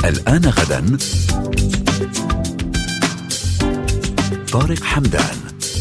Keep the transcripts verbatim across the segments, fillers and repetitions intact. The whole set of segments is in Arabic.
الآن غدا طارق حمدان.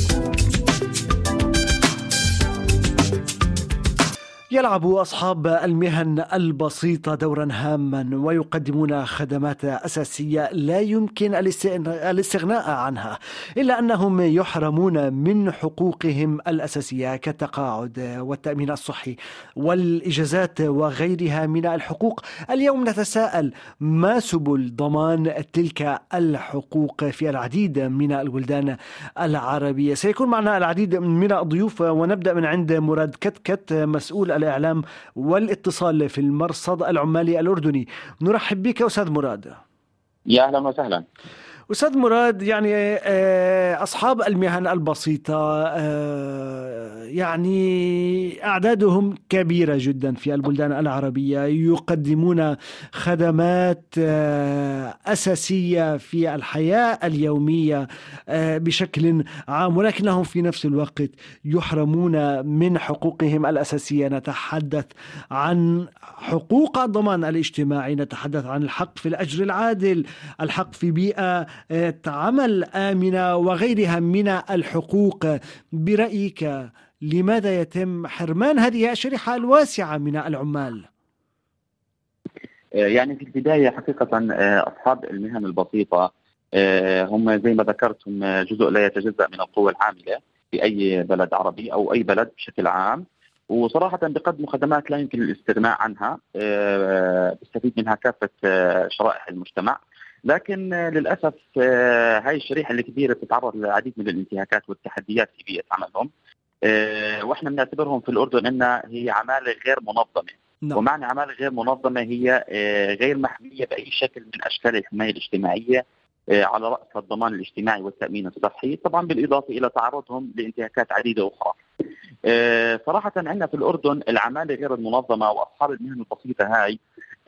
يلعب أصحاب المهن البسيطة دورا هاما ويقدمون خدمات أساسية لا يمكن الاستغناء عنها، إلا أنهم يحرمون من حقوقهم الأساسية كالتقاعد والتأمين الصحي والإجازات وغيرها من الحقوق. اليوم نتساءل: ما سبل ضمان تلك الحقوق في العديد من البلدان العربية؟ سيكون معنا العديد من الضيوف، ونبدأ من عند مراد كتكت، مسؤول الإعلام والاتصال في المرصد العمالي الأردني. نرحب بك أستاذ مراد. يا أهلا وسهلا. أستاذ مراد، يعني أصحاب المهن البسيطة يعني أعدادهم كبيرة جدا في البلدان العربية، يقدمون خدمات أساسية في الحياة اليومية بشكل عام، ولكنهم في نفس الوقت يحرمون من حقوقهم الأساسية. نتحدث عن حقوق الضمان الاجتماعي، نتحدث عن الحق في الأجر العادل، الحق في بيئة عمل آمنة وغيرها من الحقوق. برأيك لماذا يتم حرمان هذه الشريحة الواسعة من العمال؟ يعني في البداية حقيقة أصحاب المهن البسيطة هم زي ما ذكرتم جزء لا يتجزأ من القوى العاملة في أي بلد عربي أو أي بلد بشكل عام، وصراحة بقدموا خدمات لا يمكن الاستغناء عنها، بيستفيد منها كافة شرائح المجتمع. لكن للأسف هاي الشريحة الكبيرة تتعرض للعديد من الانتهاكات والتحديات في بيئة عملهم، واحنا بنعتبرهم في الأردن أنها هي عمالة غير منظمة. نعم. ومعنى عمالة غير منظمة هي غير محمية بأي شكل من أشكال الحماية الاجتماعية، على رأس الضمان الاجتماعي والتأمين الصحي، طبعا بالإضافة إلى تعرضهم لانتهاكات عديدة أخرى. صراحة عندنا في الأردن العمالة غير المنظمة وأصحاب المهن البسيطة هاي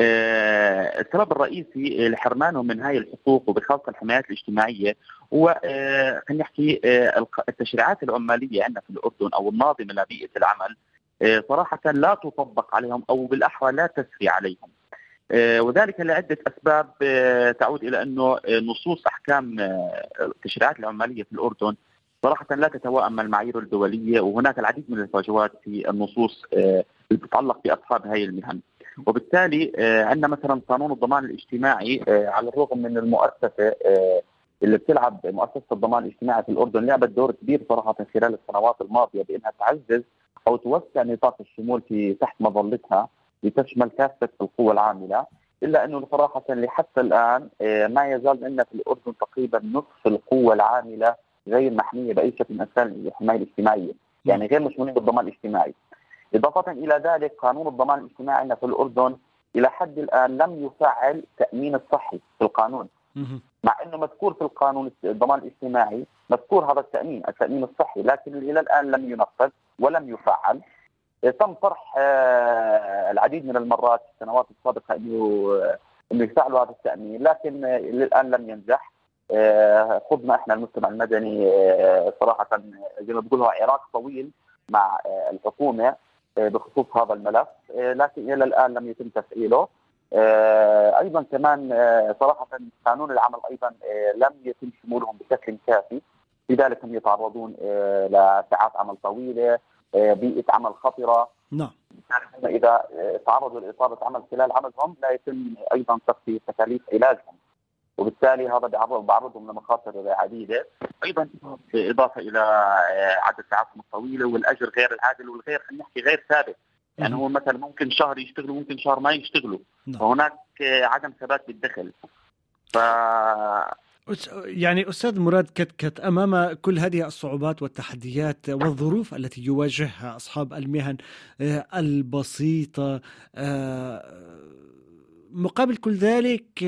آه السبب الرئيسي لحرمانهم من هاي الحقوق وبخاصة الحمايات الاجتماعية هو آه خلينا نحكي آه التشريعات العمالية عندنا في الأردن أو الناظمة لبيئة العمل آه صراحة لا تطبق عليهم، أو بالأحرى لا تسري عليهم، آه وذلك لعدة أسباب آه تعود إلى أنه نصوص أحكام آه التشريعات العمالية في الأردن صراحة لا تتوائم مع المعايير الدولية، وهناك العديد من الفجوات في النصوص آه اللي تتعلق بأصحاب هاي المهن. وبالتالي عندنا مثلا قانون الضمان الاجتماعي، على الرغم من المؤسسة اللي بتلعب مؤسسة الضمان الاجتماعي في الأردن لعبت دور كبير صراحة خلال السنوات الماضية بأنها تعزز أو توسع نطاق الشمول في تحت مظلتها لتشمل كافة القوى العاملة، إلا أنه صراحة لحتى الآن ما يزال عندنا في الأردن تقريبا نصف القوى العاملة غير محمية بأي شكل من أشكال الحماية الاجتماعية، يعني غير مشمولين بالضمان الاجتماعي. إضافة إلى ذلك قانون الضمان الاجتماعي عندنا في الأردن إلى حد الآن لم يفعل التأمين الصحي في القانون، مع أنه مذكور في القانون الضمان الاجتماعي مذكور هذا التأمين التأمين الصحي، لكن إلى الآن لم ينفذ ولم يفعل. تم طرح العديد من المرات في السنوات السابقة أنه يفعلوا هذا التأمين، لكن للآن لم ينجح. خضنا إحنا المجتمع المدني صراحة زي ما بيقولوا عراك طويل مع الحكومة بخصوص هذا الملف، لكن إلى الآن لم يتم تفعيله. أيضا كمان صراحة قانون العمل أيضا لم يتم شمولهم بشكل كافي، لذلك هم يتعرضون لساعات عمل طويلة، بيئة عمل خطرة. نعم. إذا تعرضوا لإصابة عمل خلال عملهم لا يتم أيضا تغطية تكاليف علاجهم، وبالتالي هذا بعرضهم لمخاطر عديدة. أيضا بالإضافة إلى عدد ساعاتهم الطويلة والأجر غير العادل والغير خلينا نحكي غير ثابت، يعني هو مثلا ممكن شهر يشتغلوا ممكن شهر ما يشتغلوا، فهناك عدم ثبات بالدخل. ف يعني أستاذ مراد كتكت، أمام كل هذه الصعوبات والتحديات والظروف التي يواجهها أصحاب المهن البسيطة، مقابل كل ذلك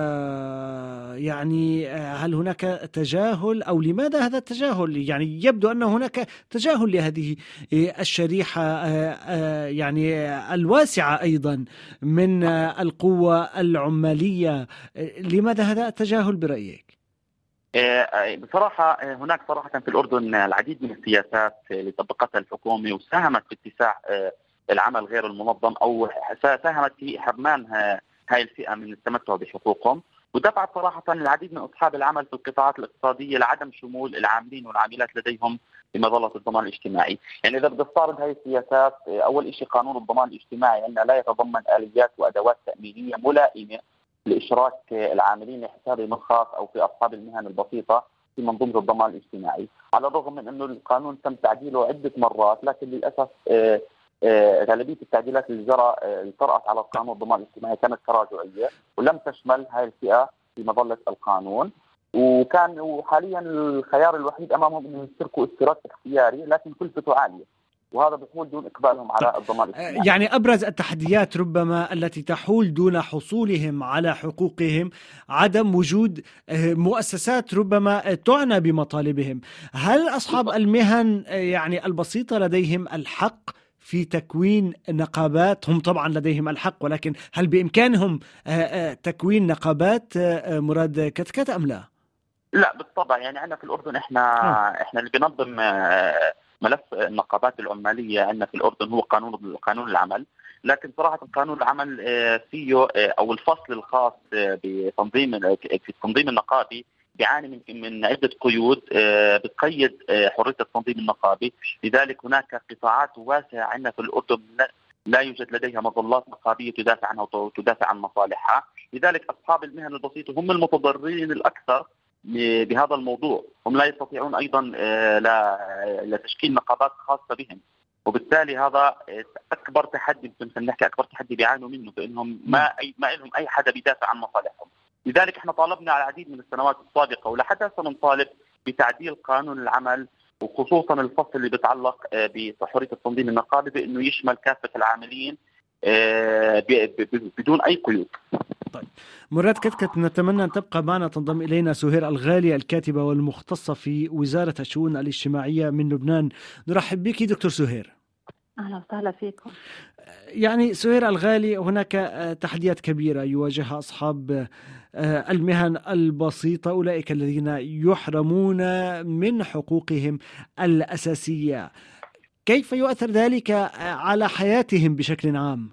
يعني هل هناك تجاهل، أو لماذا هذا التجاهل؟ يعني يبدو أن هناك تجاهل لهذه الشريحة يعني الواسعة أيضا من القوة العمالية. لماذا هذا التجاهل برأيك؟ بصراحة هناك صراحة في الأردن العديد من السياسات اللي طبقتها الحكومة وساهمت في اتساع العمل غير المنظم، أو ساهمت في حرمان هاي الفئة من التمتع بحقوقهم، ودفعت صراحة العديد من أصحاب العمل في القطاعات الاقتصادية لعدم شمول العاملين والعاملات لديهم بمظلة الضمان الاجتماعي. يعني إذا بدي أستعرض هاي السياسات، أول شيء قانون الضمان الاجتماعي أنه لا يتضمن آليات وأدوات تأمينية ملائمة لإشراك العاملين لحساب مخاط أو في أصحاب المهن البسيطة في منظومة الضمان الاجتماعي، على الرغم من أنه القانون تم تعديله عدة مرات، لكن للأسف آه غالبية التعديلات اللي جرى اللي طرأت على قانون الضمان الاجتماعي كانت تراجعية ولم تشمل هاي الفئة في مظلة القانون، وكان وحاليا الخيار الوحيد أمامهم أن يشتركوا اشتراك اختياري لكن كلفته عالية، وهذا بحول دون إقبالهم على الضمان الاجتماعي. يعني أبرز التحديات ربما التي تحول دون حصولهم على حقوقهم عدم وجود مؤسسات ربما تعنى بمطالبهم. هل أصحاب المهن يعني البسيطة لديهم الحق في تكوين نقابات؟ هم طبعا لديهم الحق، ولكن هل بإمكانهم تكوين نقابات مراد كتكت أم لا؟ لا بالطبع، يعني عندنا في الأردن إحنا م. إحنا اللي بنظم ملف النقابات العمالية عندنا في الأردن هو قانون قانون العمل، لكن صراحة قانون العمل فيه أو الفصل الخاص بتنظيم في التنظيم النقابي بيعاني من من عدة قيود بتقيد حرية التنظيم النقابي، لذلك هناك قطاعات واسعة عندنا في الأردن لا يوجد لديها مظلات نقابية تدافع عنها وتدافع عن مصالحها، لذلك أصحاب المهن البسيطة هم المتضررين الأكثر بهذا الموضوع، هم لا يستطيعون أيضا لتشكيل نقابات خاصة بهم، وبالتالي هذا أكبر تحدي ممكن نحكي أكبر تحدي بيعانوا منه، بأنهم ما أي ما لهم أي حدا بيدافع عن مصالحهم. لذلك احنا طالبنا على العديد من السنوات السابقة ولحد هسه بنطالب بتعديل قانون العمل، وخصوصا الفصل اللي بيتعلق بحرية التنظيم النقابي بأنه يشمل كافة العاملين بدون أي قيود. طيب مراد كتكت، نتمنى أن تبقى معنا، تنضم إلينا سهير الغالي الكاتبة والمختصة في وزارة الشؤون الاجتماعية من لبنان. نرحب بك دكتور سهير. أهلا وسهلا فيكم. يعني سهير الغالي، هناك تحديات كبيرة يواجهها أصحاب المهن البسيطة، أولئك الذين يحرمون من حقوقهم الأساسية. كيف يؤثر ذلك على حياتهم بشكل عام؟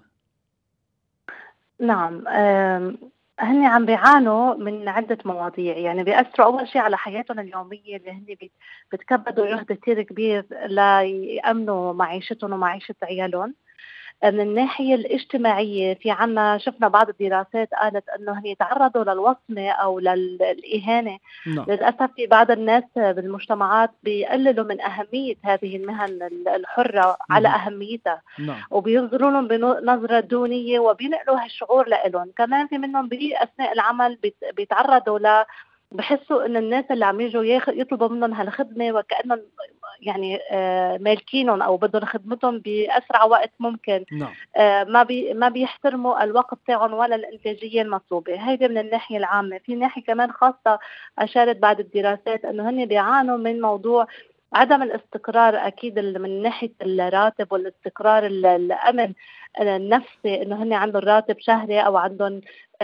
نعم، هن عم بيعانوا من عدة مواضيع، يعني بيأثروا أول شيء على حياتهم اليومية اللي هن بتكبدوا جهد كتير كبير ليأمنوا معيشتهم ومعيشة عيالهم. من الناحية الاجتماعية في عنا شفنا بعض الدراسات قالت أنه هي يتعرضوا للوصمة أو للإهانة. no. للأسف في بعض الناس بالمجتمعات بيقللوا من أهمية هذه المهن الحرة mm. على أهميتها no. وبينظروا لهم بنظرة دونية وبينقلوا هالشعور لهم. كمان في منهم بأثناء العمل بيتعرضوا ل بحسوا ان الناس اللي عم يجوا يطلبوا منهم هالخدمه وكانهم يعني آه مالكينهم او بدهم خدمتهم باسرع وقت ممكن. نعم. آه ما بي ما بيحترموا الوقت تاعهم ولا الانتاجيه المطلوبه. هيدا من الناحيه العامه. في ناحيه كمان خاصه اشارت بعض الدراسات انه هن بيعانوا من موضوع عدم الاستقرار، اكيد من ناحيه الراتب والاستقرار الامن النفسي، انه هن عندهم راتب شهري او عندهم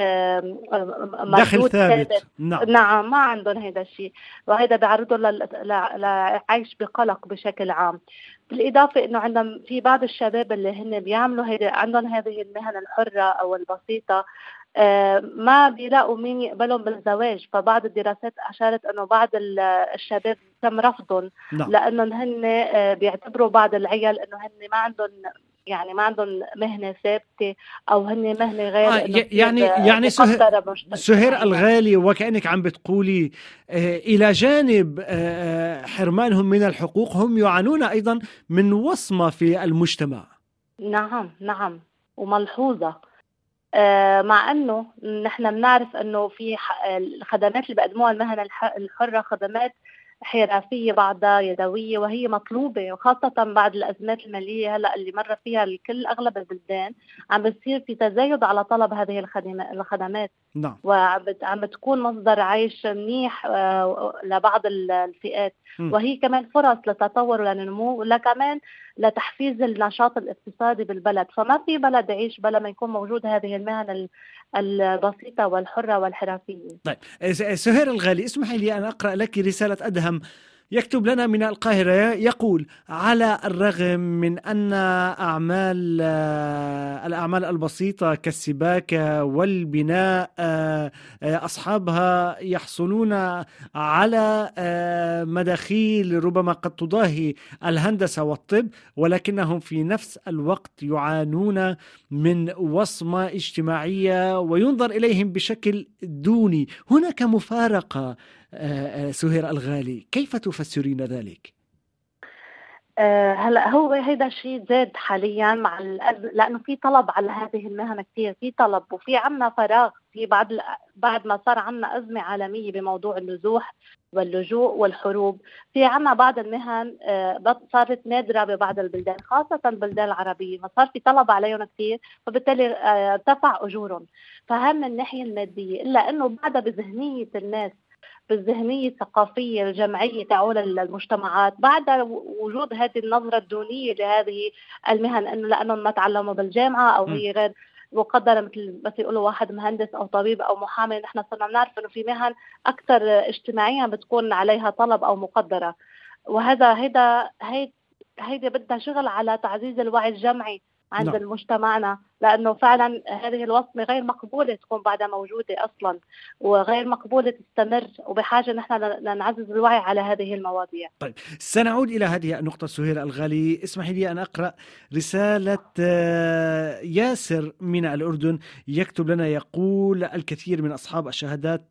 دخل ثابت. نعم. نعم ما عندهم هذا الشيء، وهذا بيعرضهم لعيش بقلق بشكل عام. بالإضافة إنه عندهم في بعض الشباب اللي هن بيعملوا هيدا عندهم هذه المهن الحرة أو البسيطة ما بيلاقوا مين يقبلهم بالزواج، فبعض الدراسات أشارت أنه بعض الشباب تم رفضهم. نعم. لأنهم هن بيعتبروا بعض العيال أنه هن ما عندهم يعني ما عندهم مهنة ثابتة أو هن مهنة غير آه يعني يعني سهير, سهير الغالي، وكأنك عم بتقولي آه إلى جانب آه حرمانهم من الحقوق هم يعانون أيضا من وصمة في المجتمع. نعم نعم وملحوظة. آه مع أنه نحن بنعرف أنه في الخدمات اللي بقدموها المهن الحرة خدمات حرفية بعضها يدوية وهي مطلوبة، وخاصة بعد الأزمات المالية هلأ اللي مر فيها الكل أغلب البلدان عم بتصير في تزايد على طلب هذه الخدمات. نعم. وعم بتكون مصدر عيش منيح لبعض الفئات. م. وهي كمان فرص للتطور وللنمو وكمان لتحفيز النشاط الاقتصادي بالبلد. فما في بلد يعيش بلا ما يكون موجود هذه المهن البسيطة والحرة والحرفية. طيب سهير الغالي، اسمحي لي أن أقرأ لك رسالة أدهم يكتب لنا من القاهرة يقول: على الرغم من أن أعمال الأعمال البسيطة كالسباكة والبناء أصحابها يحصلون على مداخيل ربما قد تضاهي الهندسة والطب، ولكنهم في نفس الوقت يعانون من وصمة اجتماعية وينظر إليهم بشكل دوني. هناك مفارقة. سهير الغالي، كيف تفسرين ذلك؟ أه هلا هو هيدا الشيء زاد حاليا مع الأز... لانه في طلب على هذه المهن كثير، في طلب وفي عنا فراغ في بعد ال... بعد ما صار عنا ازمه عالميه بموضوع النزوح واللجوء والحروب. في عنا بعض المهن أه صارت نادره ببعض البلدان، خاصه البلدان العربيه، ما صار في طلب عليهم كثير، فبالتالي ارتفع أه اجورهم. فهم من الناحيه الماديه، الا انه بعدها بذهنيه الناس، بالذهنية الثقافية الجمعية تعول المجتمعات، بعد وجود هذه النظرة الدونية لهذه المهن، انه لانهم ما تعلموا بالجامعة او هي غير مقدرة، مثل بس يقولوا واحد مهندس او طبيب او محامي. نحن صرنا بنعرف انه في مهن اكثر اجتماعيا بتكون عليها طلب او مقدرة، وهذا هيدا هيدا هيدا بدها شغل على تعزيز الوعي الجمعي عند نعم. المجتمعنا، لأنه فعلا هذه الوصمة غير مقبولة تكون بعدها موجودة أصلا، وغير مقبولة تستمر، وبحاجة نحن لنعزز الوعي على هذه المواضيع. طيب، سنعود إلى هذه النقطة. سهير الغالي، اسمحي لي أن أقرأ رسالة ياسر من الأردن. يكتب لنا يقول: الكثير من أصحاب الشهادات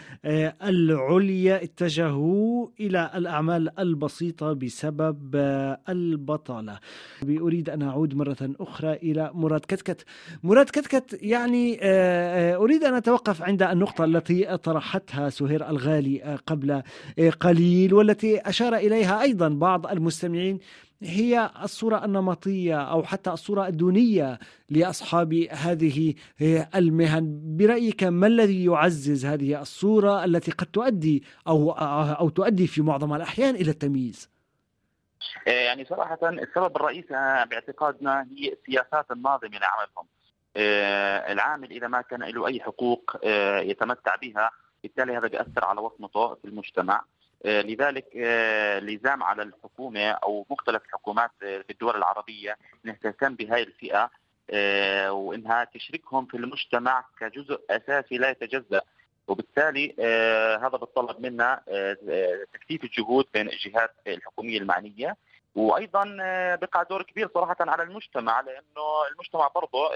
العليا اتجهوا إلى الأعمال البسيطة بسبب البطالة. أريد أن أعود مرة أخرى إلى مراد كتكت. مراد كتكت، يعني أريد أن أتوقف عند النقطة التي طرحتها سهير الغالي قبل قليل، والتي أشار إليها أيضا بعض المستمعين، هي الصورة النمطية أو حتى الصورة الدونية لأصحاب هذه المهن. برأيك ما الذي يعزز هذه الصورة التي قد تؤدي أو أو تؤدي في معظم الأحيان إلى التمييز؟ يعني صراحة السبب الرئيسي باعتقادنا هي السياسات الناظمة لعملهم. العامل إذا ما كان له أي حقوق يتمتع بها، بالتالي هذا بيأثر على وصمته في المجتمع. لذلك لزام على الحكومة أو مختلف الحكومات في الدول العربية أنها تهتم بهذه الفئة وأنها تشركهم في المجتمع كجزء أساسي لا يتجزأ، وبالتالي هذا بتطلب منا تكثيف الجهود بين الجهات الحكومية المعنية، وأيضا بقى دور كبير صراحة على المجتمع، لأنه المجتمع برضه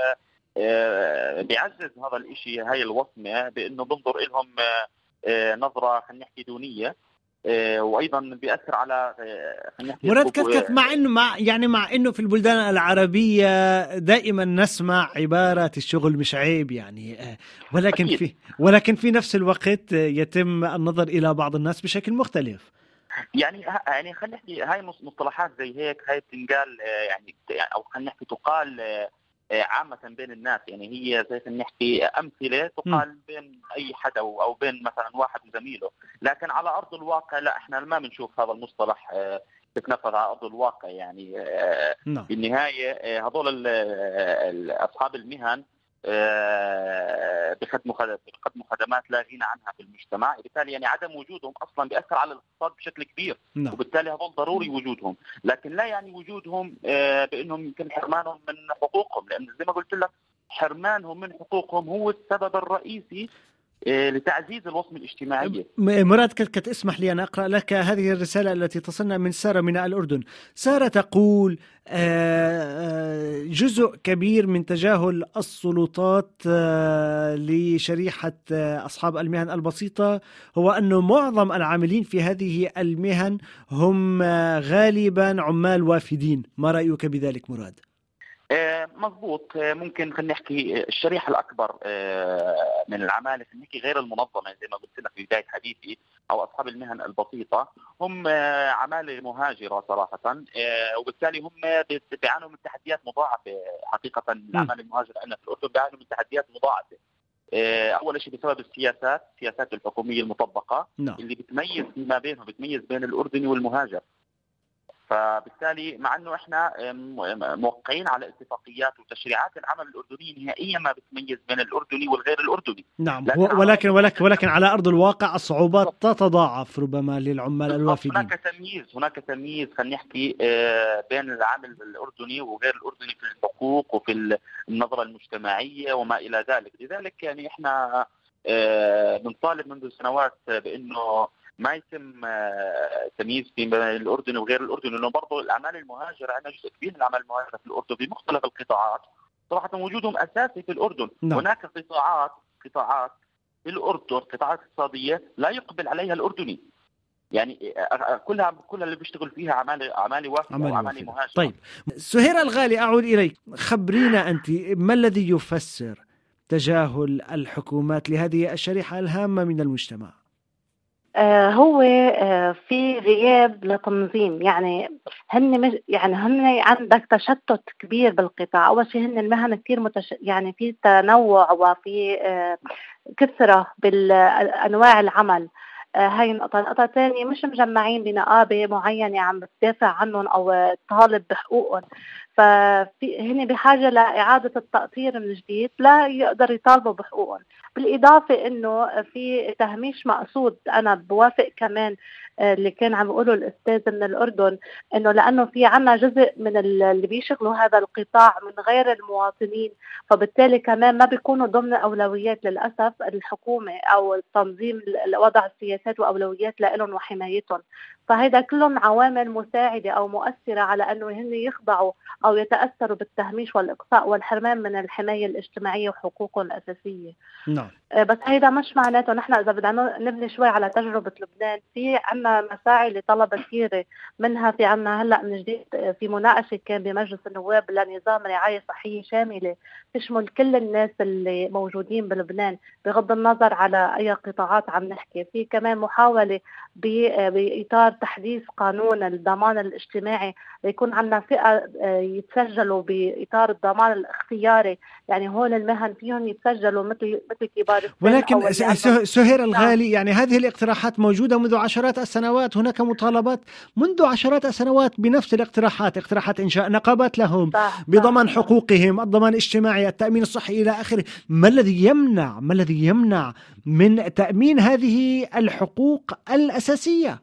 بيعزز هذا الإشي، هاي الوصمة، بأنه بنظر لهم نظرة خلينا نحكي دونية، وايضا بيأثر على مراد كتكت. مع انه مع يعني مع انه في البلدان العربية دائما نسمع عبارة الشغل مش عيب، يعني ولكن أكيد. في ولكن في نفس الوقت يتم النظر الى بعض الناس بشكل مختلف. يعني يعني خلينا نحكي هاي مصطلحات زي هيك، هاي بتنقال يعني او خلينا نحكي تقال عامة بين الناس، يعني هي زي خلينا نحكي أمثلة تقال م. بين أي حدا أو بين مثلا واحد وزميله، لكن على أرض الواقع لا، إحنا ما بنشوف هذا المصطلح تتنفذ على أرض الواقع. يعني م. بالنهاية هذول أصحاب المهن بيقدموا خدمات لا غنى عنها في المجتمع، بالتالي يعني عدم وجودهم أصلا بيأثر على الاقتصاد بشكل كبير، م. وبالتالي هذول ضروري وجودهم، لكن لا يعني وجودهم بأنهم يمكن حرمانهم من حقوقهم، لأن زي ما قلت لك حرمانهم من حقوقهم هو السبب الرئيسي لتعزيز الوصمة الاجتماعية. مراد كتكت، اسمح لي أن أقرأ لك هذه الرسالة التي تصلنا من سارة من الأردن. سارة تقول: جزء كبير من تجاهل السلطات لشريحة أصحاب المهن البسيطة هو أن معظم العاملين في هذه المهن هم غالبا عمال وافدين. ما رأيك بذلك مراد؟ مضبوط. ممكن خلينا نحكي الشريحة الأكبر من العمالة، خلينا نحكي غير المنظمة زي ما قلت لك في بداية حديثي، أو أصحاب المهن البسيطة، هم عمالة مهاجرة صراحة، وبالتالي هم بيعانوا من تحديات مضاعفة. حقيقة العمالة المهاجرة عندنا في الأردن بيعانوا من تحديات مضاعفة. أول شيء بسبب السياسات، السياسات الحكومية المطبقة، no. اللي بتميز ما بينهم، بتميز بين الأردني والمهاجر. ف فبالتالي مع انه احنا موقعين على اتفاقيات وتشريعات العمل الاردنيه نهائيا ما بتميز بين الاردني والغير الاردني. نعم، ولكن ولكن ولكن على ارض الواقع الصعوبات تتضاعف ربما للعمال الوافدين. هناك تمييز هناك تمييز خلينا نحكي بين العامل الاردني وغير الاردني في الحقوق وفي النظره المجتمعيه وما الى ذلك. لذلك يعني احنا بنطالب منذ سنوات بانه ما يتم تمييز بين الاردني وغير الاردني، لانه برضه الاعمال المهاجره، عندنا جزء كبير من الاعمال المهاجره في الاردن في مختلف القطاعات صراحه وجودهم اساسي في الاردن. نعم. هناك قطاعات قطاعات في الاردن قطاعات اقتصاديه لا يقبل عليها الاردني، يعني كلها كلها اللي بيشتغل فيها اعمال اعمال وافده واعمال مهاجره. طيب سهير الغالي، اعود اليك، خبرينا انت ما الذي يفسر تجاهل الحكومات لهذه الشريحه الهامه من المجتمع؟ آه هو آه في غياب لتنظيم، يعني هن مش يعني هن عندك تشتت كبير بالقطاع. اول شيء هن المهن كثير متش... يعني في تنوع وفي آه كثره بالانواع العمل. آه هاي النقطه. النقطه الثانيه مش مجمعين بنقابه معينه عم بتدافع عنهم او تطالب بحقوقهم، ففي هن بحاجه لاعاده التأطير من جديد لا يقدر يطالبوا بحقوقهم. بالاضافه انه في تهميش مقصود. انا بوافق كمان اللي كان عم يقوله الاستاذ من الاردن، انه لانه في عنا جزء من اللي بيشغلوا هذا القطاع من غير المواطنين، فبالتالي كمان ما بيكونوا ضمن اولويات للاسف الحكومه او التنظيم وضع السياسات واولويات لهم وحمايتهم. فهذا كلهم عوامل مساعده او مؤثره على انه هن يخضعوا او يتاثروا بالتهميش والاقصاء والحرمان من الحمايه الاجتماعيه وحقوقهم الاساسيه. نعم. بس هيدا مش معناته نحن اذا بدنا نبني شوي على تجربه لبنان، في عنا مساعي لطلبه كثيره، منها في عنا هلا من جديد في مناقشه كان بمجلس النواب لنظام رعايه صحيه شامله تشمل كل الناس اللي موجودين بلبنان بغض النظر على اي قطاعات عم نحكي. في كمان محاوله باطار تحديث قانون الضمان الاجتماعي ليكون عندنا فئه يتسجلوا باطار الضمان الاختياري، يعني هول المهن فيهم يتسجلوا مثل مثل كبار السن. ولكن سهير الغالي، يعني هذه الاقتراحات موجوده منذ عشرات السنوات، هناك مطالبات منذ عشرات السنوات بنفس الاقتراحات، اقتراحات انشاء نقابات لهم صح بضمان صح حقوقهم، الضمان الاجتماعي، التامين الصحي الى اخره. ما الذي يمنع ما الذي يمنع من تامين هذه الحقوق الاساسيه؟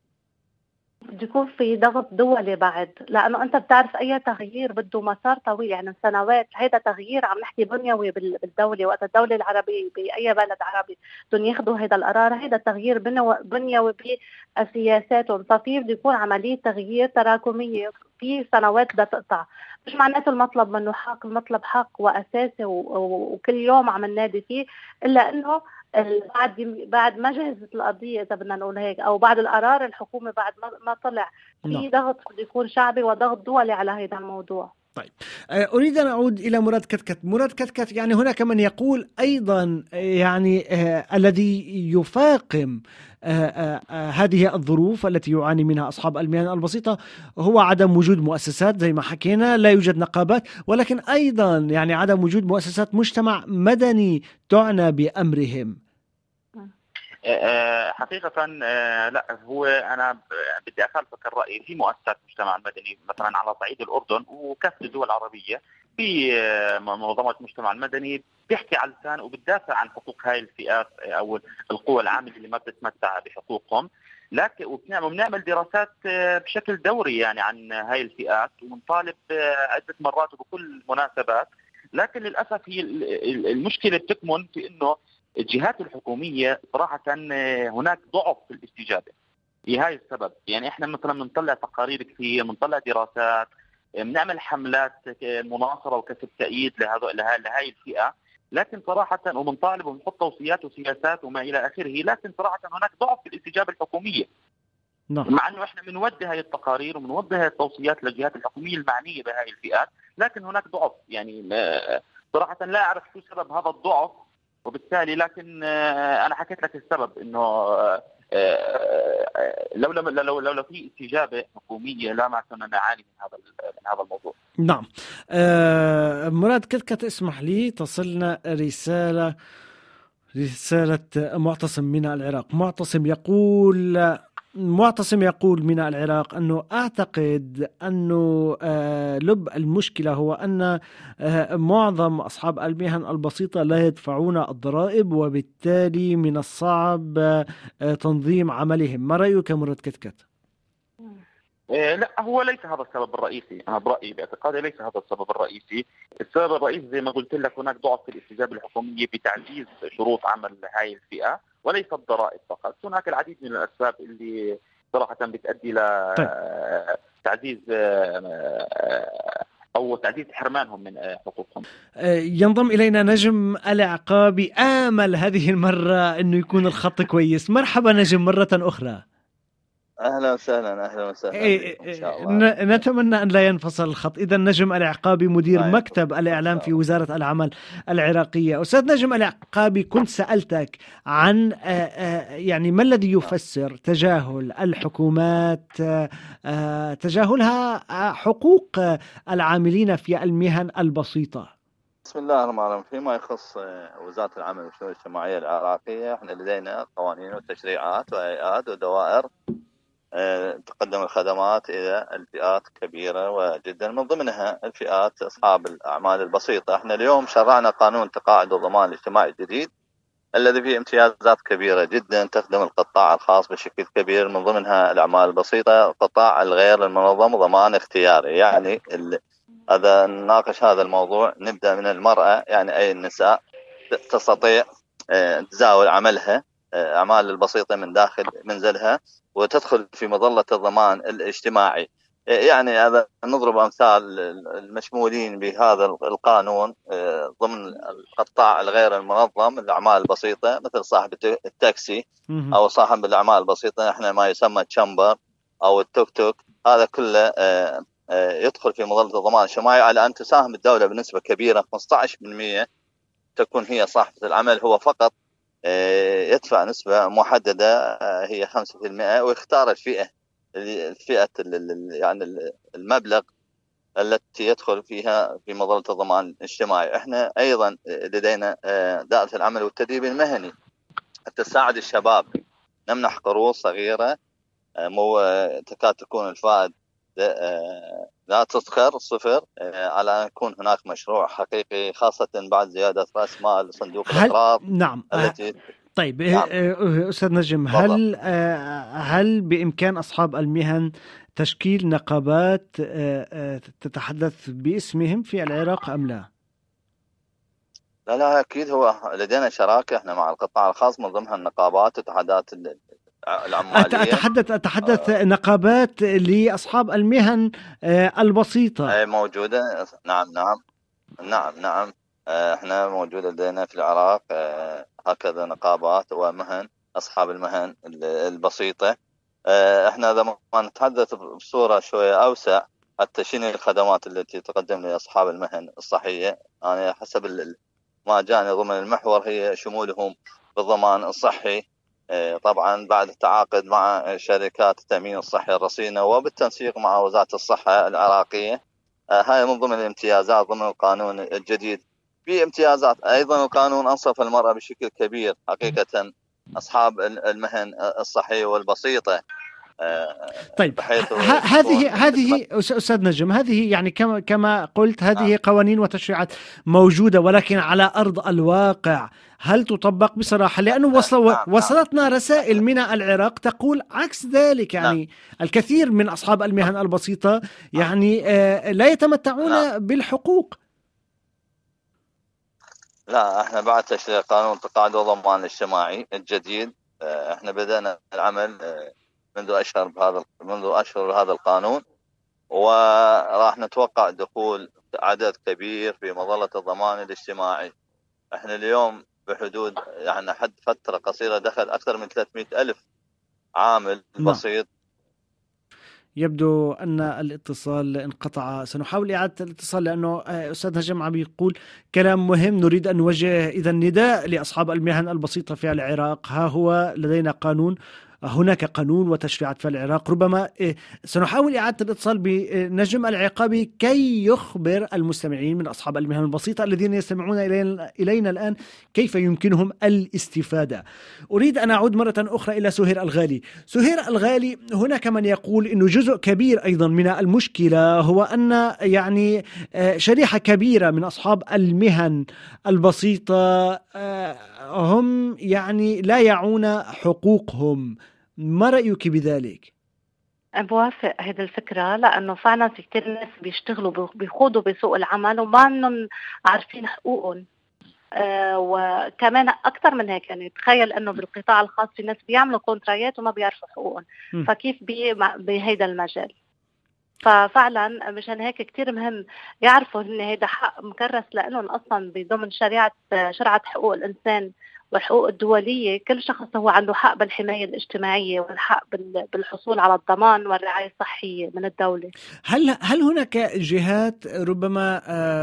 بده يكون في ضغط دولي بعد، لانه انت بتعرف اي تغيير بده مسار طويل، يعني سنوات. هيدا تغيير عم نحكي بنيوي بالدوله، وقت الدوله العربيه باي بلد عربي بدهم ياخذوا هذا القرار، هيدا تغيير بنيوي بسياساتهم. ففي بده يكون عمليه تغيير تراكميه في سنوات بدها تقطع. مش معناته المطلب منه حق، المطلب حق واساسي وكل يوم عم ننادي فيه، الا انه بعد بعد ما جهزت القضيه اذا بدنا نقول هيك، او بعد القرار الحكومه بعد ما طلع، في ضغط بده يكون شعبي وضغط دولي على هذا الموضوع. طيب أريد أن أعود إلى مراد كتكت. مراد كتكت، يعني هناك من يقول أيضا يعني آه الذي يفاقم آه آه هذه الظروف التي يعاني منها أصحاب المهن البسيطة هو عدم وجود مؤسسات زي ما حكينا، لا يوجد نقابات، ولكن أيضا يعني عدم وجود مؤسسات مجتمع مدني تعنى بأمرهم. حقيقة لا، هو أنا بدي أخالفك الرأي. في مؤسسات مجتمع المدني مثلا على صعيد الأردن وكافة الدول العربية، في منظمة المجتمع المدني بيحكي على لسان وبتدافع عن حقوق هاي الفئات أو القوى العاملة اللي ما بتتمتع بحقوقهم. لكن وبنعمل دراسات بشكل دوري يعني عن هاي الفئات وبنطالب عدة مرات وبكل مناسبات. لكن للأسف هي المشكلة بتكمن في إنه الجهات الحكومية صراحة هناك ضعف في الاستجابة. لهذا السبب يعني احنا مثلا بنطلع تقارير كثير، بنطلع دراسات، بنعمل حملات مناصرة وكسب تأييد لهذا لهاي الفئة، لكن صراحة وبنطالب وبنحط توصيات وسياسات وما إلى آخره، لكن صراحة هناك ضعف في الاستجابة الحكومية. نعم. مع انه احنا بنوجه هاي التقارير وبنوجه هاي التوصيات للجهات الحكومية المعنية بهاي الفئات، لكن هناك ضعف. يعني صراحة لا أعرف شو سبب هذا الضعف، وبالتالي لكن انا حكيت لك السبب انه لو لو لو لو في استجابه حكوميه لا ما كنا نعاني من هذا من هذا الموضوع. نعم. آه مراد كتكت، اسمح لي تصلنا رساله رساله معتصم من العراق. معتصم يقول معتصم يقول من العراق أنه أعتقد أنه لب المشكلة هو أن معظم أصحاب المهن البسيطة لا يدفعون الضرائب، وبالتالي من الصعب تنظيم عملهم. ما رأيك مراد كتكت؟ لا، هو ليس هذا السبب الرئيسي. أنا برأيي باعتقادي ليس هذا السبب الرئيسي. السبب الرئيسي زي ما قلت لك، هناك ضعف في الاستجابة الحكومية بتعزيز شروط عمل هاي الفئة وليس الضرائب فقط. هناك العديد من الأسباب اللي صراحة بتؤدي إلى تعزيز أو تعزيز حرمانهم من حقوقهم. ينضم إلينا نجم العقابي. آمل هذه المرة أنه يكون الخط كويس. مرحبا نجم مرة أخرى. اهلا وسهلا. اهلا وسهلا إيه إن شاء الله. نتمنى ان لا ينفصل الخط. اذا نجم العقابي مدير مكتب الاعلام في وزاره العمل العراقيه. استاذ نجم العقابي، كنت سالتك عن يعني ما الذي يفسر تجاهل الحكومات تجاهلها حقوق العاملين في المهن البسيطه. بسم الله الرحمن الرحيم. فيما يخص وزاره العمل والشؤون الاجتماعيه العراقيه، احنا لدينا قوانين وتشريعات وهيئات ودوائر تقدم الخدمات إلى الفئات كبيرة وجدا، من ضمنها الفئات أصحاب الأعمال البسيطة. احنا اليوم شرعنا قانون تقاعد الضمان الاجتماعي الجديد الذي فيه امتيازات كبيرة جدا تخدم القطاع الخاص بشكل كبير، من ضمنها الأعمال البسيطة، القطاع الغير المنظم، ضمان اختياري. يعني هذا نناقش هذا الموضوع، نبدأ من المرأة، يعني أي النساء تستطيع تزاول عملها أعمال البسيطة من داخل منزلها وتدخل في مظلة الضمان الاجتماعي. يعني هذا نضرب أمثال المشمولين بهذا القانون ضمن القطاع الغير المنظم، الأعمال البسيطة، مثل صاحب التاكسي أو صاحب الأعمال البسيطة، احنا ما يسمى تشامبر أو التوك توك. هذا كله يدخل في مظلة الضمان الاجتماعي على أن تساهم الدولة بنسبة كبيرة، خمسة عشر بالمئة تكون هي صاحبة العمل، هو فقط يدفع نسبة محددة هي خمسة بالمئة، ويختار الفئة الفئة يعني المبلغ التي يدخل فيها في مظلة الضمان الاجتماعي. احنا ايضا لدينا دائرة العمل والتدريب المهني حتى تساعد الشباب، نمنح قروض صغيرة مو تكاد تكون الفائدة لا تذكر صفر، على أن يكون هناك مشروع حقيقي، خاصة بعد زيادة رأس مال صندوق الأقراض. نعم. التي طيب نعم. أستاذ نجم، هل هل بإمكان أصحاب المهن تشكيل نقابات تتحدث باسمهم في العراق أم لا؟ لا لا أكيد، هو لدينا شراكة احنا مع القطاع الخاص، من ضمنها النقابات واتحادات العمالية. أتحدث أتحدث آه نقابات لأصحاب المهن البسيطة. أي موجودة. نعم نعم نعم نعم احنا موجودة لدينا في العراق هكذا نقابات ومهن أصحاب المهن البسيطة. احنا إذا ما نتحدث بصورة شوية أوسع، حتى شنو الخدمات التي تقدم لأصحاب المهن الصحية، يعني حسب ما جاني ضمن المحور هي شمولهم بالضمان الصحي، طبعا بعد التعاقد مع شركات التأمين الصحي الرصينة وبالتنسيق مع وزارة الصحة العراقية. هاي من ضمن الامتيازات ضمن القانون الجديد. في امتيازات أيضا القانون أنصف المرأة بشكل كبير حقيقة، أصحاب المهن الصحية والبسيطة. طيب هذه هذه أستاذ نجم، هذه يعني كما كما قلت هذه قوانين وتشريعات موجودة، ولكن على أرض الواقع هل تطبق بصراحة؟ لأنه وصل وصلتنا رسائل من العراق تقول عكس ذلك. يعني الكثير من أصحاب المهن البسيطة يعني لا يتمتعون بالحقوق. لا، احنا بعد تشريع قانون تقاعد الضمان الاجتماعي الجديد، احنا بدأنا العمل منذ أشهر بهذا منذ أشهر بهذا القانون، وراح نتوقع دخول عدد كبير في مظلة الضمان الاجتماعي. احنا اليوم بحدود يعني حد فترة قصيرة دخل أكثر من ثلاثمئة ألف عامل بسيط. يبدو أن الاتصال انقطع. سنحاول إعادة الاتصال لأنه أستاذ نجم عم يقول كلام مهم. نريد أن نوجه إذا نداء لأصحاب المهن البسيطة في العراق. ها هو لدينا قانون هناك قانون وتشريعات في العراق. ربما سنحاول إعادة الاتصال بنجم العقابي كي يخبر المستمعين من أصحاب المهن البسيطة الذين يستمعون إلينا الآن كيف يمكنهم الاستفادة. أريد أن أعود مرة أخرى إلى سهير الغالي. سهير الغالي، هناك من يقول أنه جزء كبير أيضا من المشكلة هو أن يعني شريحة كبيرة من أصحاب المهن البسيطة هم يعني لا يعون حقوقهم. ما رأيك بذلك؟ بوافق هذه الفكرة، لأنه فعلا في كتير ناس بيشتغلوا بيخوضوا بسوق العمل وما انهم عارفين حقوقهم. آه وكمان أكثر من هيك، يعني تخيل أنه بالقطاع الخاص في ناس بيعملوا كونترايات وما بيعرفوا حقوقهم، م. فكيف بهيدا المجال؟ ففعلا مشان هيك كتير مهم يعرفوا ان هيدا حق مكرس لهم اصلا بضمن شريعه شرعه حقوق الانسان والحقوق الدوليه. كل شخص هو عنده حق بالحمايه الاجتماعيه والحق بالحصول على الضمان والرعايه الصحيه من الدوله. هل هل هناك جهات ربما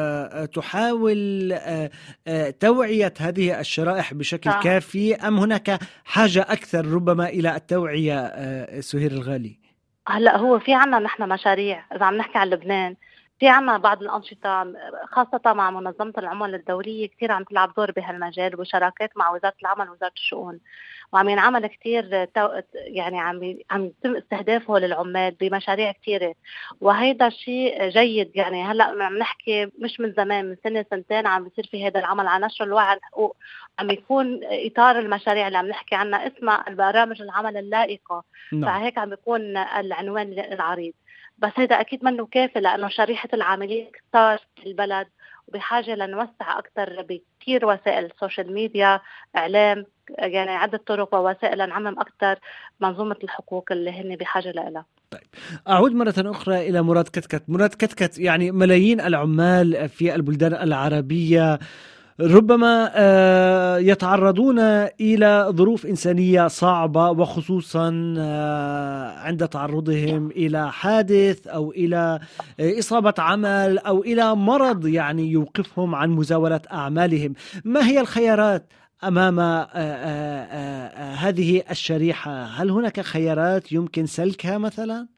تحاول توعيه هذه الشرائح بشكل آه. كافي، ام هناك حاجه اكثر ربما الى التوعيه؟ سهير الغالي، هلا هو في عنا نحن مشاريع، اذا عم نحكي عن لبنان في عنا بعض الانشطه خاصه مع منظمه العمل الدوليه كثير عم تلعب دور بهالمجال، وشراكات مع وزاره العمل ووزاره الشؤون، وعم ينعمل كثير يعني عم عم يتم استهدافه للعمال بمشاريع كثيره، وهيدا شيء جيد. يعني هلا عم نحكي مش من زمان، من سنه سنتين عم بيصير في هذا العمل على نشر الوعي على الحقوق، عم يكون اطار المشاريع اللي عم نحكي عنها اسمها البرامج العمل اللائقه. no. فهيك عم بيكون العنوان العريض، بس هذا اكيد منه كافي لانه شريحه العاملين كثار في البلد وبحاجه لنوسع اكثر بكثير وسائل، سوشيال ميديا، اعلام، يعني عدة طرق ووسائل نعمم أكثر منظومة الحقوق اللي هن بحاجة لها. طيب، أعود مرة أخرى إلى مراد كتكت. مراد كتكت، يعني ملايين العمال في البلدان العربية ربما يتعرضون إلى ظروف إنسانية صعبة، وخصوصا عند تعرضهم إلى حادث أو إلى إصابة عمل أو إلى مرض يعني يوقفهم عن مزاولة أعمالهم. ما هي الخيارات أمام آآ آآ هذه الشريحة؟ هل هناك خيارات يمكن سلكها مثلا؟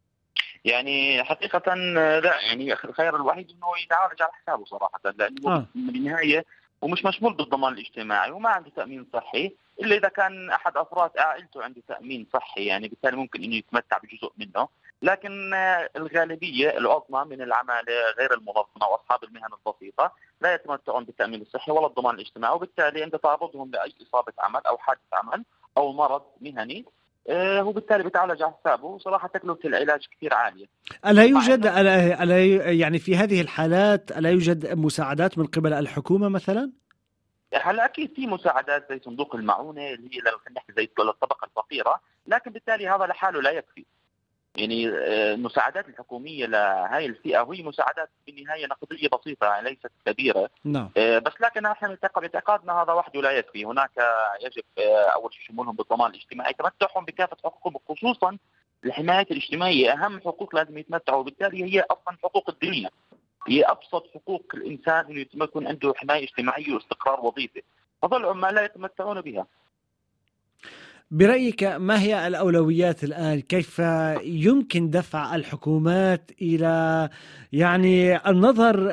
يعني حقيقة لا، يعني الخيار الوحيد انه يتعالج على حسابه صراحة، لانه آه. بالنهاية ومش مشمول بالضمان الاجتماعي وما عنده تأمين صحي، الا اذا كان احد افراد عائلته عنده تأمين صحي، يعني بالتالي ممكن انه يتمتع بجزء منه، لكن الغالبية العظمى من العمالة غير المنظمة واصحاب المهن البسيطة لا يتمتعون بالتأمين الصحي ولا الضمان الاجتماعي، وبالتالي عند تعرضهم لاي اصابة عمل او حادث عمل او مرض مهني هو بالتالي بيتعالج على حسابه، وصراحة تكلفة العلاج كثير عالية. ألا يوجد ألا ألا يعني في هذه الحالات ألا يوجد مساعدات من قبل الحكومة مثلا؟ هلا أكيد في مساعدات زي صندوق المعونة اللي هي خلينا نحكي زي للطبقة الفقيرة، لكن بالتالي هذا لحاله لا يكفي. يعني المساعدات الحكومية لهذه الفئة وهي مساعدات بالنهاية نقدية بسيطة، يعني ليست كبيرة. نعم. بس لكن نحن باعتقادنا هذا وحده لا يكفي، هناك يجب أول شيء شمولهم بالضمان الاجتماعي، تمتعهم بكافة حقوقهم، خصوصا الحماية الاجتماعية أهم حقوق لازم يتمتعوا، وبالتالي هي أصلا حقوق الدنيا، هي أبسط حقوق الإنسان إنه يكون عنده حماية اجتماعية واستقرار وظيفي، فظل العمال لا يتمتعون بها. برأيك ما هي الأولويات الآن؟ كيف يمكن دفع الحكومات إلى يعني النظر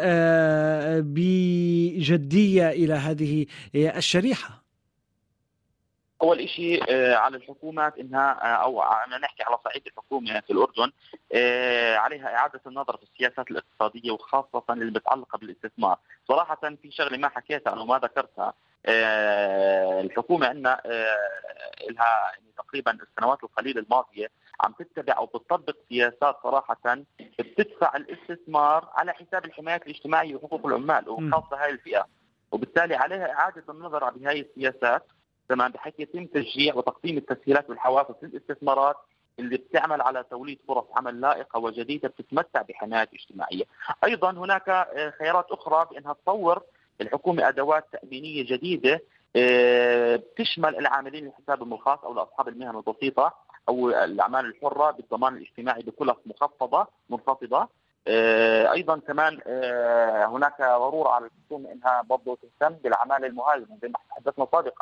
بجدية إلى هذه الشريحة؟ أول شيء على الحكومات إنها، أو أنا نحكي على صعيد الحكومة في الأردن، عليها إعادة النظر في السياسات الاقتصادية وخاصة اللي متعلقة بالاستثمار. صراحة في شغلة ما حكيتها أو ما ذكرتها، الحكومة عندنا لها تقريبا السنوات القليلة الماضية عم تتبع أو بتطبق سياسات صراحة بتدفع الاستثمار على حساب الحماية الاجتماعية وحقوق العمال وخاصة هاي الفئة، وبالتالي عليها إعادة النظر بهاي السياسات تمام، بحيث يتم تشجيع وتقديم التسهيلات والحوافز للاستثمارات اللي بتعمل على توليد فرص عمل لائقة وجديدة بتتمتع بحماية اجتماعية. أيضا هناك خيارات أخرى بأنها تطور الحكومة أدوات تأمينية جديدة بتشمل العاملين لحسابهم الخاص أو لأصحاب المهن البسيطة أو الأعمال الحرة بالضمان الاجتماعي بكلف مخفضة منخفضة. أيضا كمان هناك ضرورة على الحكومة أنها برضو تهتم بالعمالة المهاجرة، زي ما تحدثنا سابقا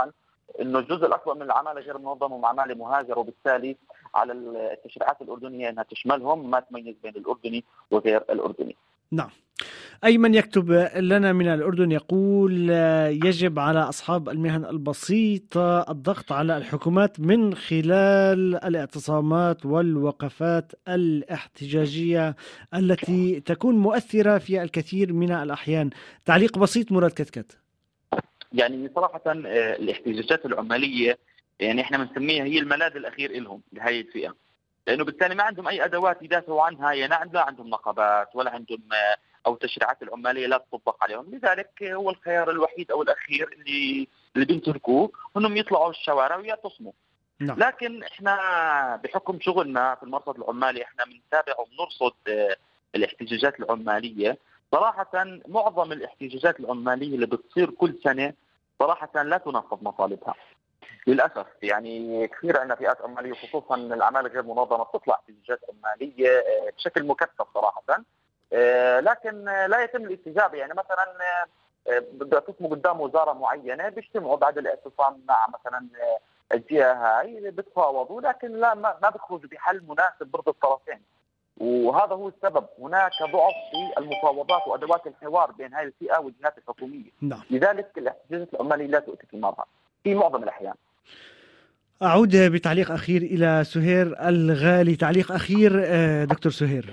انه الجزء الاكبر من العماله غير منظمه هم عماله مهاجره، وبالتالي على التشريعات الاردنيه انها تشملهم، ما تميز بين الاردني وغير الاردني. نعم. أيمن يكتب لنا من الأردن يقول يجب على أصحاب المهن البسيطة الضغط على الحكومات من خلال الاعتصامات والوقفات الاحتجاجية التي تكون مؤثرة في الكثير من الأحيان. تعليق بسيط مراد كتكت. يعني صراحة الاحتجاجات العمالية يعني احنا بنسميها هي الملاذ الأخير لهم لهي الفئة، لأنه بالتالي ما عندهم أي أدوات يدافعوا عنها، يعني لا عندهم نقابات ولا عندهم أو تشريعات العمالية لا تطبق عليهم، لذلك هو الخيار الوحيد أو الأخير اللي اللي بيمتلكوه أنهم يطلعوا الشوارع ويعتصموا. نعم. لكن احنا بحكم شغلنا في المرصد العمالي احنا بنتابع وبنرصد الاحتجاجات العمالية. صراحة معظم الاحتجاجات العمالية اللي بتصير كل سنة صراحة لا تنفذ مطالبها للأسف. يعني كثير عندنا فئات عمالية خصوصا الأعمال غير منظمة بتطلع احتجاجات عمالية بشكل مكثف صراحة، لكن لا يتم الاستجابة. يعني مثلا بيعتصموا قدام وزارة معينة، بيجتمعوا بعد الاعتصام مع مثلا الجهة هاي بتفاوضوا، لكن لا ما بيخرجوا بحل مناسب برضه الطرفين، وهذا هو السبب. هناك ضعف في المفاوضات وأدوات الحوار بين هذه الفئة والجهات الحكومية. نعم. لذلك الاحتجاجات العمالية لا تؤتي ثمارها في معظم الأحيان. أعود بتعليق أخير إلى سهير الغالي. تعليق أخير دكتور سهير.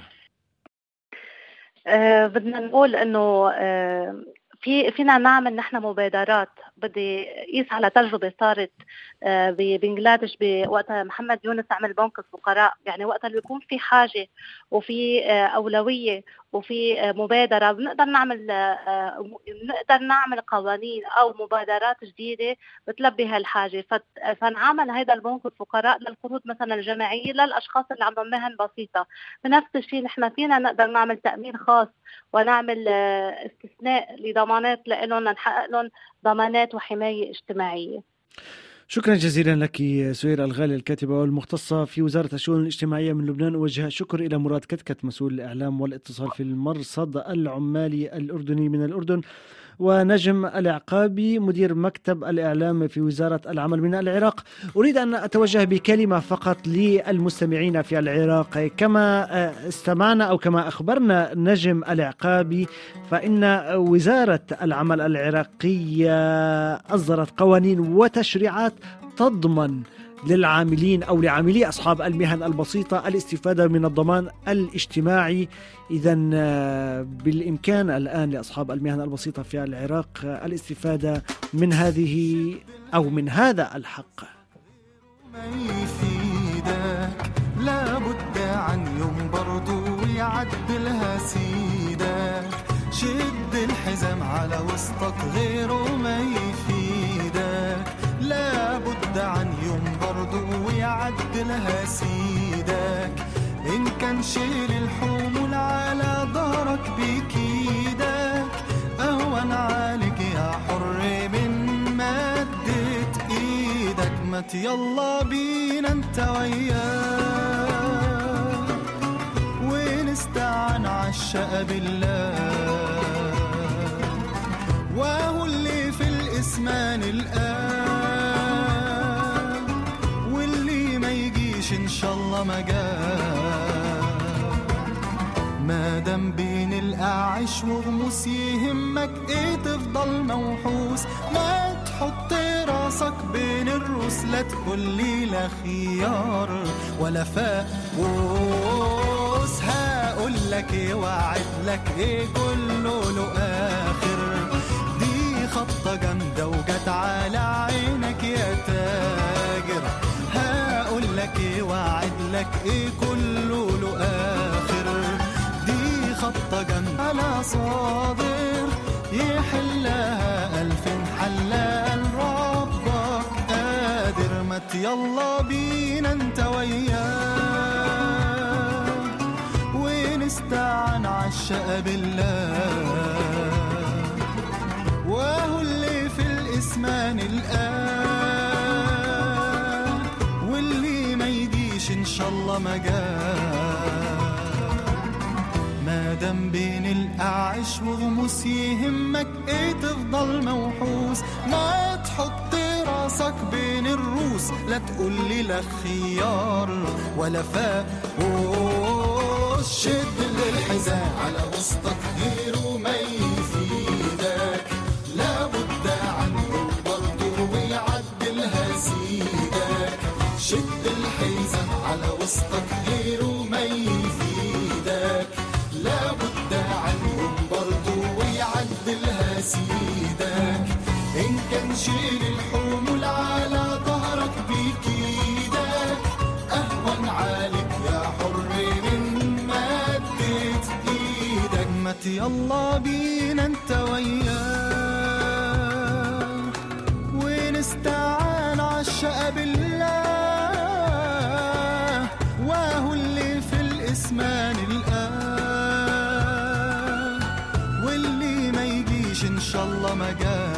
أه بدنا نقول إنه أه في فينا نعمل نحن مبادرات. بدي قيس على تجربة صارت ببنغلاديش بوقت محمد يونس عمل بنك الفقراء. يعني وقت اللي بيكون في حاجة وفي أولوية وفي مبادرة بنقدر نعمل نقدر نعمل قوانين أو مبادرات جديدة بتلبي هالحاجة. فنعمل هذا البنك الفقراء للقروض مثلا الجماعية للأشخاص اللي عندهم مهن بسيطة. بنفس الشيء نحن فينا نقدر نعمل تأمين خاص ونعمل استثناء لضمانات لأنهم نحقق لهم ضمانات وحماية اجتماعية. شكرا جزيلا لك سهير الغالي الكاتبة والمختصة في وزارة الشؤون الاجتماعية من لبنان. أوجه شكر إلى مراد كتكت مسؤول الإعلام والاتصال في المرصد العمالي الأردني من الأردن، ونجم العقابي مدير مكتب الإعلام في وزارة العمل من العراق. أريد أن أتوجه بكلمة فقط للمستمعين في العراق. كما استمعنا أو كما أخبرنا نجم العقابي فإن وزارة العمل العراقية أصدرت قوانين وتشريعات تضمن للعاملين أو لعاملي أصحاب المهن البسيطة الاستفادة من الضمان الاجتماعي. إذن بالإمكان الآن لأصحاب المهن البسيطة في العراق الاستفادة من هذه أو من هذا الحق. ما يفيدك لابد عن يوم برضو يعدلها سيدك، شد الحزام على وسطك غيره ما يفيدك، لابد عن يوم برضو يعدلها سيدك، إن كان شيل الحمول على ظهرك بكيدك، أهون عليك يا حر من مدت إيدك، مت يلا بينا انت وياك ونستعن عالشقى بالله، وهو اللي في الإسمان الآن واللي ما يجيش إن شاء الله ما جاء، ما دام بين الأعش وغموس يهمك إيه تفضل موحوس، ما تحط راسك بين الروس، لا تقول لي لا خيار ولا فاقوس، هقول لك إيه وعد لك إيه كله له آخر، دي خطة جامدة وجت على عينك يا تاجر، هقول لك إيه وعد لك إيه كله له آخر، دي خطة جامدة على صادر يحلها ألف حلال ربك قادر، مت يلا بينا انت وياه ونستعن عالشقى بالله، وهو اللي في الإسمان الآن واللي ما يجيش إن شاء الله ما جاء، ما دام بين الأعش وغموس يهمك إيه تفضل موحوس، ما تحط راسك راسك بين الروس، لا تقولي لا خيار ولا فاق. شد الحزام على وسطك غير وما يفيدك، لابد عنه برضه ويعدلها سيدك. شد الحزام على وسطك غير وما يفيدك، لابد عنهم برضو ويعدلها سيدك. إن كان شيل الحمول على ظهرك بكيدك، أهون عليك يا حر من مدت إيدك. مت يلا بينا انت وياه ونستعان عالشقى بالله، واهو اللي في الاسمان الآن، واللي ما يجيش ان شاء الله ما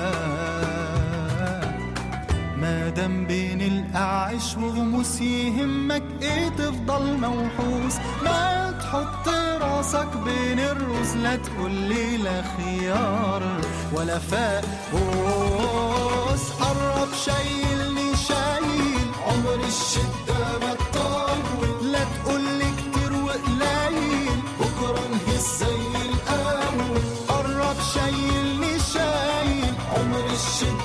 جاء. ما دام بين الأعش وغموس يهمك ايه تفضل موحوس، ما تحط راسك بين الرز، لا تقولي لا خيار ولا فاقوس. قرب شايلني شايل عمر الشدة ما تطول، لا تقولي كتير وقليل بكرة نهز زي الأول. قرب شايلني شايل عمر الشدة